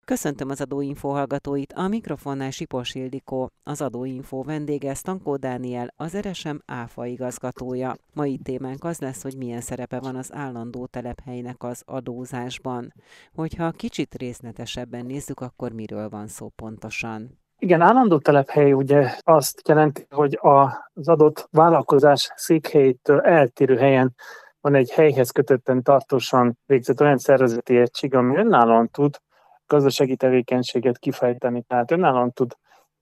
Köszöntöm az Adóinfo hallgatóit, a mikrofonnál Sipos Ildikó, az Adóinfo vendége Stankó Dániel, az RSM ÁFA igazgatója. Mai témánk az lesz, hogy milyen szerepe van az állandó telephelynek az adózásban. Hogyha kicsit részletesebben nézzük, akkor miről van szó pontosan? Igen, állandó telephely ugye azt jelenti, hogy az adott vállalkozás székhelyétől eltérő helyen van egy helyhez kötötten tartósan végzett olyan szervezeti egység, ami önállóan tud gazdasági tevékenységet kifejteni, tehát önállóan tud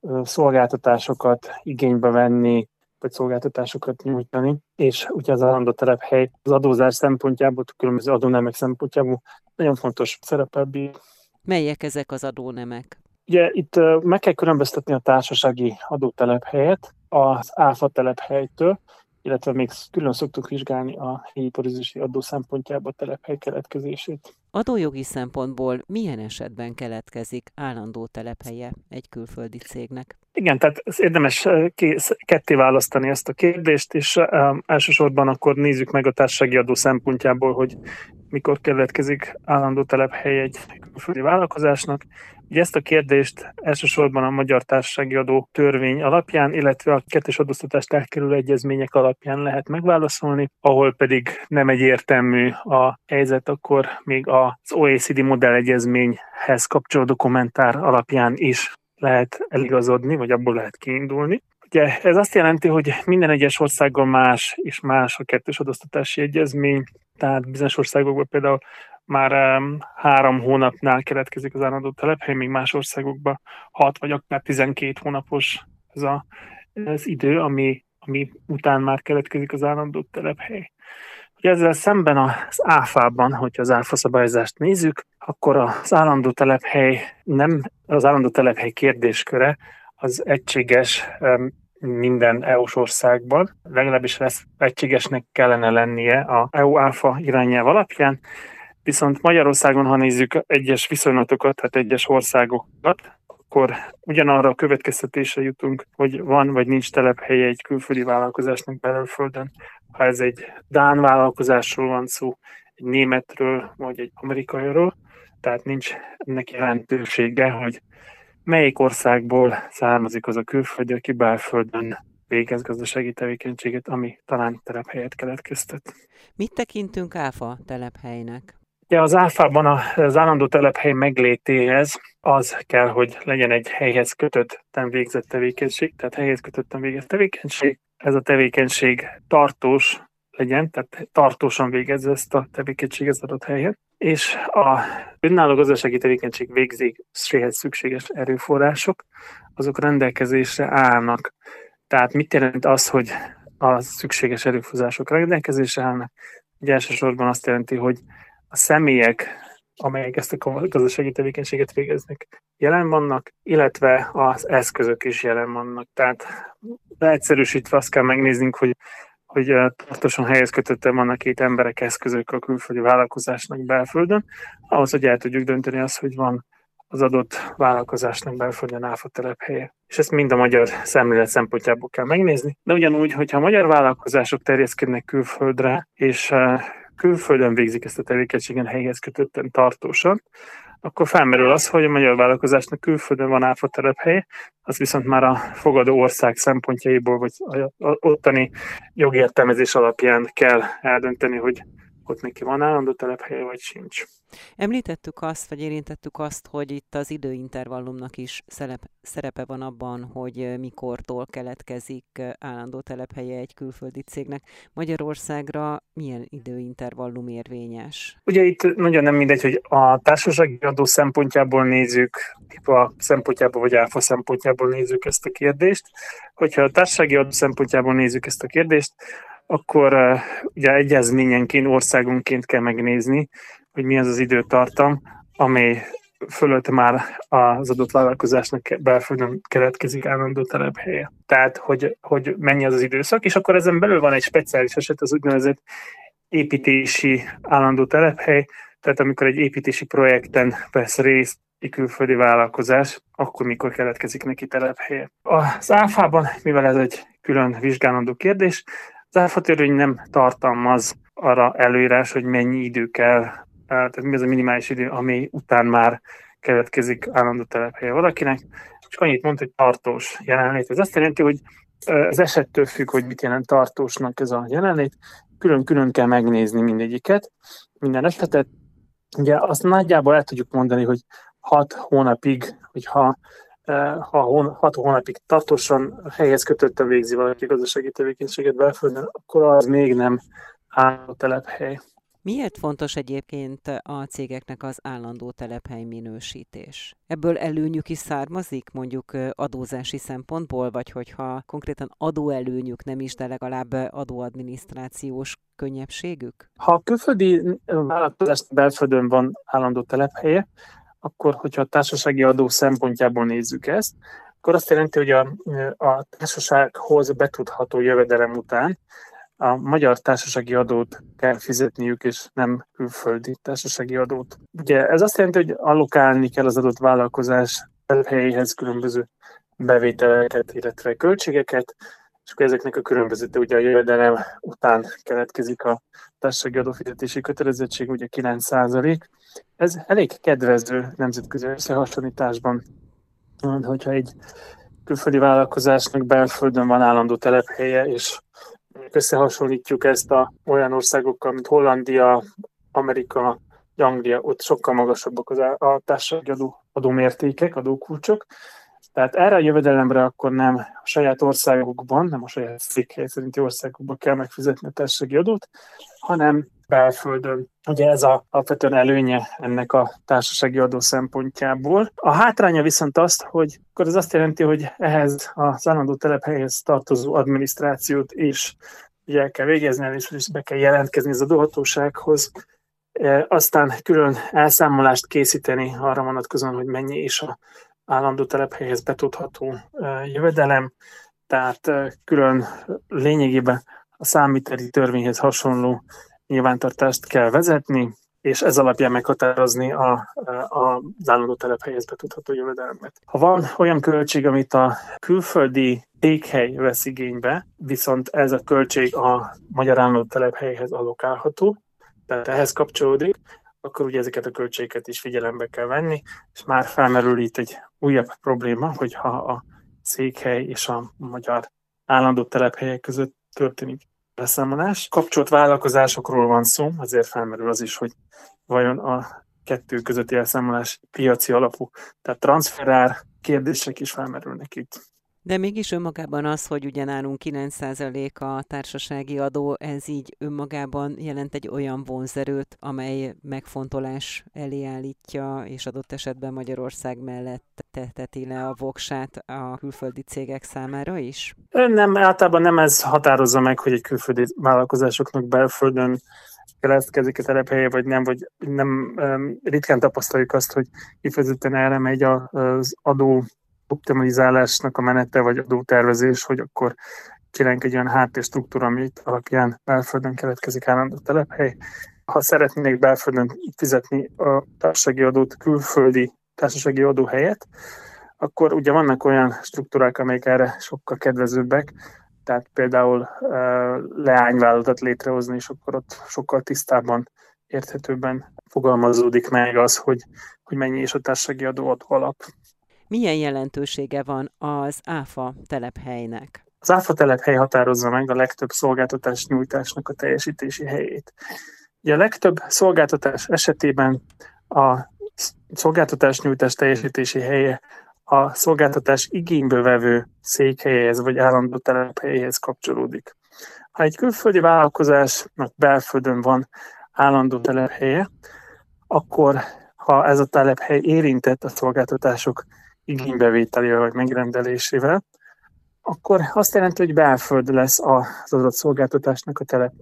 szolgáltatásokat igénybe venni, vagy szolgáltatásokat nyújtani, és ugye az állandó telephely az adózás szempontjából, különböző adónemek szempontjából nagyon fontos szereppel bír. Melyek ezek az adónemek? Ugye itt meg kell különböztetni a társasági adótelephelyet az ÁFA telephelytől, illetve még külön szoktuk vizsgálni a helyi iparüzési adó szempontjából a telephely keletkezését. Adójogi szempontból milyen esetben keletkezik állandó telephelye egy külföldi cégnek? Igen, tehát érdemes ketté választani ezt a kérdést, és elsősorban akkor nézzük meg a társasági adó szempontjából, hogy mikor keletkezik állandó telephely egy külföldi vállalkozásnak. Ugye ezt a kérdést elsősorban a magyar társasági adó törvény alapján, illetve a kettős adóztatást elkerülő egyezmények alapján lehet megválaszolni, ahol pedig nem egyértelmű a helyzet, akkor még az OECD modellegyezményhez kapcsolódó kommentár alapján is lehet eligazodni, vagy abból lehet kiindulni. Ugye ez azt jelenti, hogy minden egyes országban más és más a kettős adóztatási egyezmény, tehát bizonyos országokban például már 3 hónapnál keletkezik az állandó telephely, még más országokban 6 vagy akár 12 hónapos ez az idő, ami után már keletkezik az állandó telephely. Ugye ezzel szemben az ÁFA-ban, hogyha az ÁFA szabályozást nézzük, akkor az állandó telephely az állandó telephely kérdésköre az egységes minden EU-s országban, legalábbis lesz egységesnek kellene lennie a EU ÁFA irányelv alapján, viszont Magyarországon, ha nézzük egyes viszonylatokat, tehát egyes országokat, akkor ugyanarra a következtetésre jutunk, hogy van vagy nincs telephelye egy külföldi vállalkozásnak belföldön. Ha ez egy dán vállalkozásról van szó, egy németről vagy egy amerikairól, tehát nincs ennek jelentősége, hogy melyik országból származik az a külföldi, aki belföldön végez gazdasági tevékenységet, ami talán telephelyet keletkeztet. Mit tekintünk ÁFA telephelynek? Ja, az ÁFA-ban az állandó telephely meglétéhez az kell, hogy legyen egy helyhez kötötten végzett tevékenység, tehát helyhez kötötten végzett tevékenység. Ez a tevékenység tartós legyen, tehát tartósan végezze ezt a tevékenységet az adott helyen, és a önálló gazdasági tevékenység végzéséhez szükséges erőforrások, azok rendelkezésre állnak. Tehát mit jelent az, hogy a szükséges erőforrások rendelkezésre állnak? Ugye elsősorban azt jelenti, hogy a személyek, amelyek ezt a gazdasági tevékenységet végeznek, jelen vannak, illetve az eszközök is jelen vannak. Tehát leegyszerűsítve azt kell megnéznünk, hogy tartósan helyez kötötten vannak itt emberek, eszközök a külföldi vállalkozásnak belföldön, ahhoz, hogy el tudjuk dönteni azt, hogy van az adott vállalkozásnak belföldön ÁFA telephelye. És ezt mind a magyar szemlélet szempontjából kell megnézni. De ugyanúgy, hogyha a magyar vállalkozások terjeszkednek külföldre, és külföldön végzik ezt a tevékenységen helyhez kötötten tartósan, akkor felmerül az, hogy a magyar vállalkozásnak külföldön van ÁFA telephelye, az viszont már a fogadó ország szempontjaiból, vagy a ottani jogértelmezés alapján kell eldönteni, hogy ott neki van állandó telephelye, vagy sincs. Említettük azt, vagy érintettük azt, hogy itt az időintervallumnak is szerepe van abban, hogy mikortól keletkezik állandó telephelye egy külföldi cégnek. Magyarországra milyen időintervallum érvényes? Ugye itt nagyon nem mindegy, hogy a társasági adó szempontjából nézzük, a szempontjából vagy ÁFA szempontjából nézzük ezt a kérdést. Hogyha a társasági adó szempontjából nézzük ezt a kérdést, akkor ugye egyezményenként, országonként kell megnézni, hogy mi az az időtartam, amely fölött már az adott vállalkozásnak belföldön keletkezik állandó telephelye. Tehát, hogy mennyi az időszak, és akkor ezen belül van egy speciális eset, az úgynevezett építési állandó telephely, tehát amikor egy építési projekten vesz részt egy külföldi vállalkozás, akkor mikor keletkezik neki telephelye. Az ÁFA-ban, mivel ez egy külön vizsgálandó kérdés, az ÁFA törvény nem tartalmaz arra előírás, hogy mennyi idő kell, tehát mi az a minimális idő, ami után már keletkezik állandó telephelye valakinek, és annyit mond, hogy tartós jelenlét. Ez azt jelenti, hogy az esettől függ, hogy mit jelent tartósnak ez a jelenlét. Külön-külön kell megnézni mindegyiket, minden esetet. Ugye azt nagyjából el tudjuk mondani, hogy 6 hónapig, hogyha 6 hónapig tartósan helyhez kötötten végzi valaki gazdasági tevékenységet belföldön, akkor az még nem állandó telephely. Miért fontos egyébként a cégeknek az állandó telephely minősítés? Ebből előnyük is származik, mondjuk adózási szempontból, vagy hogyha konkrétan adóelőnyük nem is, de legalább adóadminisztrációs könnyebbségük? Ha a külföldi vállalkozás belföldön van állandó telephelye, akkor, hogyha a társasági adó szempontjából nézzük ezt, akkor azt jelenti, hogy a társasághoz betudható jövedelem után a magyar társasági adót kell fizetniük, és nem külföldi társasági adót. Ugye ez azt jelenti, hogy allokálni kell az adott vállalkozás telephelyéhez különböző bevételeket, illetve költségeket, és akkor ezeknek a különböző, ugye a jövedelem után keletkezik a társasági adófizetési kötelezettség, ugye 9%. Ez elég kedvező nemzetközi összehasonlításban, hogyha egy külföldi vállalkozásnak belföldön van állandó telephelye, és összehasonlítjuk ezt olyan országokkal, mint Hollandia, Amerika, Anglia, ott sokkal magasabbak a társasági adómértékek, adókulcsok. Tehát erre a jövedelemre akkor nem a saját országokban, nem a saját székhely szerinti országokban kell megfizetni a társasági adót, hanem belföldön. Ugye ez alapvetően előnye ennek a társasági adó szempontjából. A hátránya viszont hogy akkor ez azt jelenti, hogy ehhez az állandó telephelyhez tartozó adminisztrációt is ugye el kell végezni, és be kell jelentkezni az adóhatósághoz. Aztán külön elszámolást készíteni arra vonatkozóan, hogy mennyi is a állandó telephelyhez betudható jövedelem, tehát külön lényegében a számviteli törvényhez hasonló nyilvántartást kell vezetni, és ez alapján meghatározni az állandó telephelyhez betudható jövedelemet. Ha van olyan költség, amit a külföldi székhely vesz igénybe, viszont ez a költség a magyar állandó telephelyhez allokálható, tehát ehhez kapcsolódik, akkor ugye ezeket a költségeket is figyelembe kell venni, és már felmerül itt egy újabb probléma, hogyha a székhely és a magyar állandó telephelyek között történik beszámolás. Kapcsolt vállalkozásokról van szó, azért felmerül az is, hogy vajon a kettő közötti elszámolás piaci alapú, tehát transferár kérdések is felmerülnek itt. De mégis önmagában az, hogy ugye nálunk 9% a társasági adó, ez így önmagában jelent egy olyan vonzerőt, amely megfontolás elé állítja, és adott esetben Magyarország mellett teti le a voksát a külföldi cégek számára is? Nem, általában nem ez határozza meg, hogy egy külföldi vállalkozásoknak belföldön keletkezik a telephelye, vagy nem. Ritkán tapasztaljuk azt, hogy kifejezetten erre megy az adó optimalizálásnak a menete, vagy adótervezés, hogy akkor csináljunk egy olyan háttérstruktúra, amit alapján belföldön keletkezik állandó telephely. Ha szeretnék belföldön fizetni a társasági adót külföldi társasági adó helyett, akkor ugye vannak olyan struktúrák, amelyek erre sokkal kedvezőbbek, tehát például leányvállalatot létrehozni, és akkor ott sokkal tisztábban, érthetőbben fogalmazódik meg az, hogy mennyi is a társasági adó alap. Milyen jelentősége van az ÁFA telephelynek? Az ÁFA telephely határozza meg a legtöbb szolgáltatás nyújtásnak a teljesítési helyét. Ugye a legtöbb szolgáltatás esetében a szolgáltatás nyújtás teljesítési helye a szolgáltatás igénybe vevő székhelyhez vagy állandó telephelyhez kapcsolódik. Ha egy külföldi vállalkozásnak belföldön van állandó telephelye, akkor ha ez a telephely érintett a szolgáltatások igénybevételével vagy megrendelésével, akkor azt jelenti, hogy belföld lesz az adott szolgáltatásnak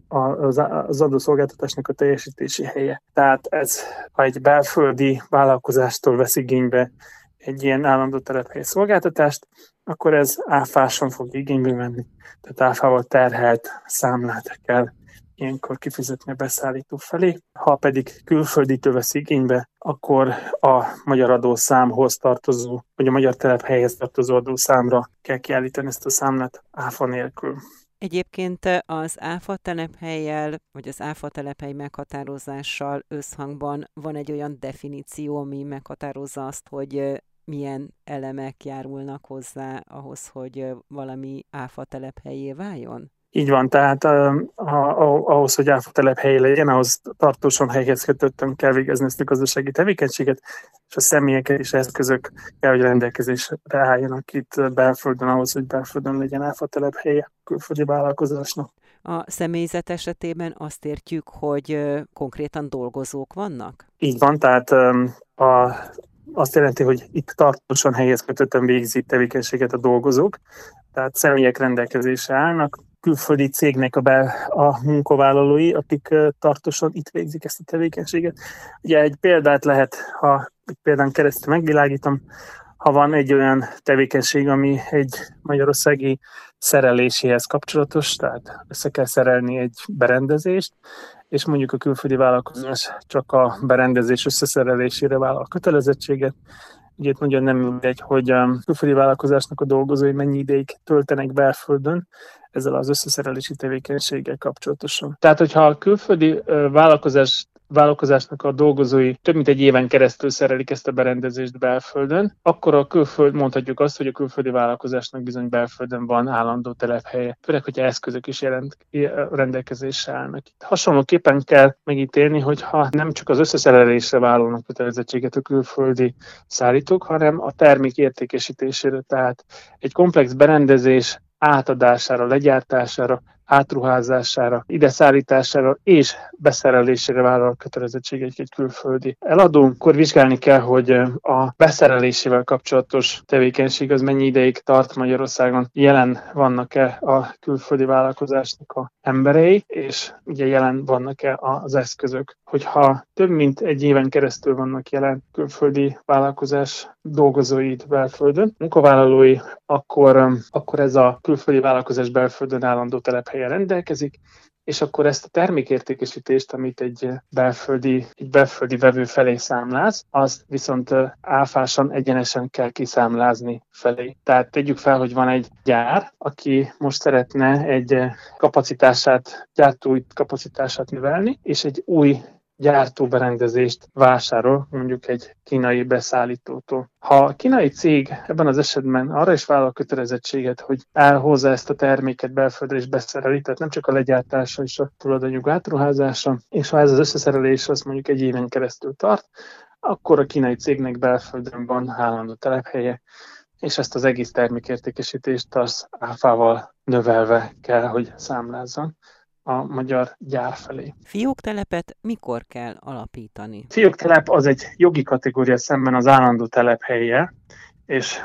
az adott szolgáltatásnak a teljesítési helye. Tehát ha egy belföldi vállalkozástól vesz igénybe egy ilyen állandó telephely szolgáltatást, akkor ez áfáson fog igénybe venni. Tehát áfával terhelt számlát kell ilyenkor kifizetni a beszállító felé. Ha pedig külfölditől vesz igénybe, akkor a magyar adószámhoz tartozó, vagy a magyar telephelyhez tartozó adószámra kell kiállítani ezt a számlát áfa nélkül. Egyébként az ÁFA telephellyel, vagy az ÁFA telephely meghatározással összhangban van egy olyan definíció, ami meghatározza azt, hogy milyen elemek járulnak hozzá ahhoz, hogy valami ÁFA telephelyé váljon? Így van, tehát ahhoz, hogy ÁFA telephely legyen, ahhoz tartósan helyhez kötötten kell végezni ezt a gazdasági tevékenységet, és a személyeket és eszközök kell, hogy rendelkezésre álljanak itt belföldön, ahhoz, hogy belföldön legyen ÁFA telephelye külföldi vállalkozásnak. A személyzet esetében azt értjük, hogy konkrétan dolgozók vannak? Így van, tehát azt jelenti, hogy itt tartósan helyhez kötötten végzi tevékenységet a dolgozók, tehát személyek rendelkezésre állnak, külföldi cégnek a munkavállalói, akik tartósan itt végzik ezt a tevékenységet. Ugye egy példát lehet, ha egy példán keresztül megvilágítom, ha van egy olyan tevékenység, ami egy magyarországi szereléséhez kapcsolatos, tehát össze kell szerelni egy berendezést, és mondjuk a külföldi vállalkozás csak a berendezés összeszerelésére vállal kötelezettséget. Ugye itt nagyon nem mindegy, hogy a külföldi vállalkozásnak a dolgozói mennyi ideig töltenek belföldön ezzel az összeszerelési tevékenységgel kapcsolatosan. Tehát, hogyha a külföldi vállalkozásnak a dolgozói több mint egy éven keresztül szerelik ezt a berendezést belföldön, akkor mondhatjuk azt, hogy a külföldi vállalkozásnak bizony belföldön van állandó telephelye, főleg, hogyha eszközök is rendelkezésre állnak. Itt hasonlóképpen kell megítélni, hogyha nem csak az összeszerelésre vállalnak kötelezettséget a külföldi szállítók, hanem a termék értékesítésére, tehát egy komplex berendezés átadására, legyártására, átruházására, ide szállítására és beszerelésére vállal kötelezettséget egy külföldi eladó. Akkor vizsgálni kell, hogy a beszerelésével kapcsolatos tevékenység az mennyi ideig tart Magyarországon, jelen vannak-e a külföldi vállalkozásnak a emberei, és ugye jelen vannak-e az eszközök. Hogyha több mint egy éven keresztül vannak jelen külföldi vállalkozás dolgozói itt belföldön, munkavállalói, akkor ez a külföldi vállalkozás belföldön állandó telephelyen rendelkezik, és akkor ezt a termékértékesítést, amit egy belföldi vevő felé számláz, azt viszont áfásan egyenesen kell kiszámlázni felé. Tehát tegyük fel, hogy van egy gyár, aki most szeretne egy gyártói kapacitását növelni, és egy új gyártóberendezést vásárol, mondjuk egy kínai beszállítótól. Ha a kínai cég ebben az esetben arra is vállal kötelezettséget, hogy elhozza ezt a terméket belföldre és beszereli, tehát nem csak a legyártása és a tulajdonjog átruházása, és ha ez az összeszerelés az mondjuk egy éven keresztül tart, akkor a kínai cégnek belföldön van állandó telephelye, és ezt az egész termékértékesítést az áfával növelve kell, hogy számlázzon a magyar gyár felé. Fióktelepet mikor kell alapítani? Fióktelep az egy jogi kategória szemben az állandó telephellyel, és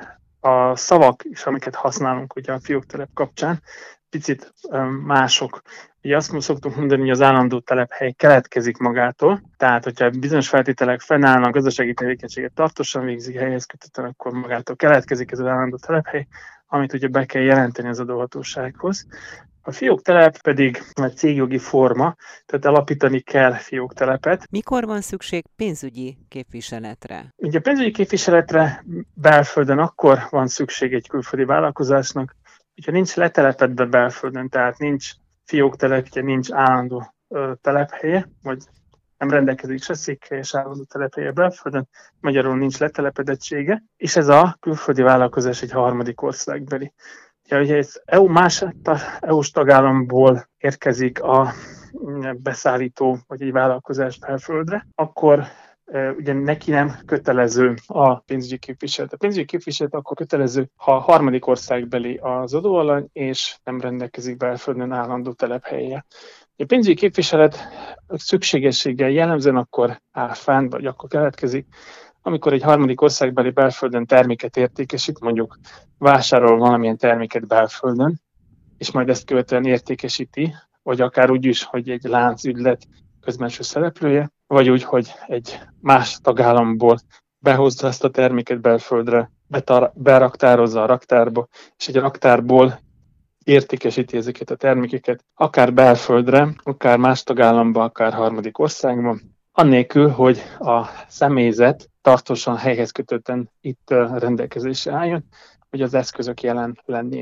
a szavak is, amiket használunk ugye a fióktelep kapcsán, picit mások. Ugye azt szoktunk mondani, hogy az állandó telephely keletkezik magától, tehát hogyha bizonyos feltételek fennállnak, gazdasági tevékenységet tartósan végzik helyhez kötötten, akkor magától keletkezik ez az állandó telephely, amit ugye be kell jelenteni az adóhatósághoz. A fióktelep pedig egy cégjogi forma, tehát alapítani kell fióktelepet. Mikor van szükség pénzügyi képviseletre? Ugye a pénzügyi képviseletre belföldön akkor van szükség egy külföldi vállalkozásnak, hogyha nincs letelepedve belföldön, tehát nincs fióktelepje, nincs állandó telephelye, vagy nem rendelkezik se székhelye, se állandó telephelye belföldön, magyarul nincs letelepedettsége, és ez a külföldi vállalkozás egy harmadik országbeli. Ugye ez más EU-s tagállamból érkezik a beszállító vagy egy vállalkozás belföldre, akkor ugye neki nem kötelező a pénzügyi képviselet. A pénzügyi képviselet akkor kötelező, ha a harmadik országbeli az adóalany, és nem rendelkezik belföldön állandó telephelye. A pénzügyi képviselet szükségességgel jellemzően akkor áll fenn, vagy akkor keletkezik, amikor egy harmadik országbeli belföldön terméket értékesít, mondjuk vásárol valamilyen terméket belföldön, és majd ezt követően értékesíti, vagy akár úgy is, hogy egy láncügylet közbenső szereplője, vagy úgy, hogy egy más tagállamból behozza ezt a terméket belföldre, beraktározza a raktárba, és egy raktárból értékesíti ezeket a termékeket, akár belföldre, akár más tagállamba, akár harmadik országban, annélkül, hogy a személyzet tartósan helyhez kötötten itt rendelkezésre álljon, hogy az eszközök jelen lennének.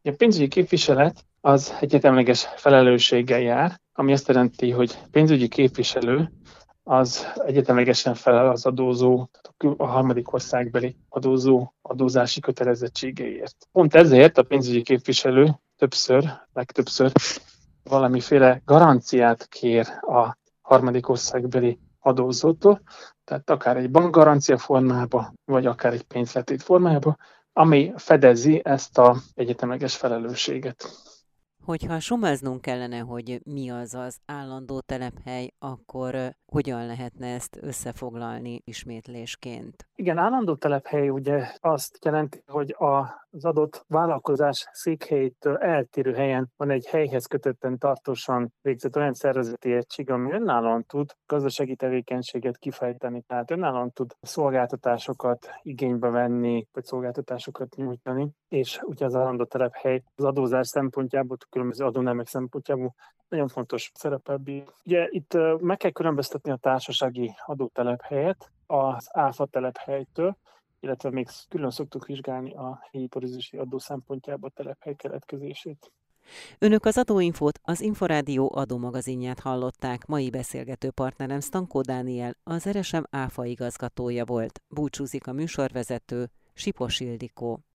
A pénzügyi képviselet az egyetemleges felelősséggel jár, ami azt jelenti, hogy pénzügyi képviselő az egyetemlegesen felel az adózó, a harmadik országbeli adózó adózási kötelezettségeiért. Pont ezért a pénzügyi képviselő legtöbbször valamiféle garanciát kér a harmadik országbeli adózótól, tehát akár egy bankgarancia formába, vagy akár egy pénzletét formába, ami fedezi ezt az egyetemleges felelősséget. Hogyha sumáznunk kellene, hogy mi az az állandó telephely, akkor hogyan lehetne ezt összefoglalni ismétlésként? Igen, állandó telephely ugye azt jelenti, hogy az adott vállalkozás székhelyétől eltérő helyen van egy helyhez kötötten tartósan végzett olyan szervezeti egység, ami önállóan tud gazdasági tevékenységet kifejteni, tehát önállóan tud szolgáltatásokat igénybe venni, vagy szolgáltatásokat nyújtani, és ugye az állandó telephely az adózás szempontjából, különböző adónemek szempontjából nagyon fontos szerepel bír. Ugye itt meg kell különböztetni a társasági adótelephelyet az áfa telephelytől, illetve még külön szoktuk vizsgálni a helyi iparüzési adó szempontjából a telephely keletkezését. Önök az Adóinfót, az Inforádió adómagazinját hallották. Mai beszélgető partnerem Stankó Dániel, az RSM áfa igazgatója volt. Búcsúzik a műsorvezető, Sipos Ildikó.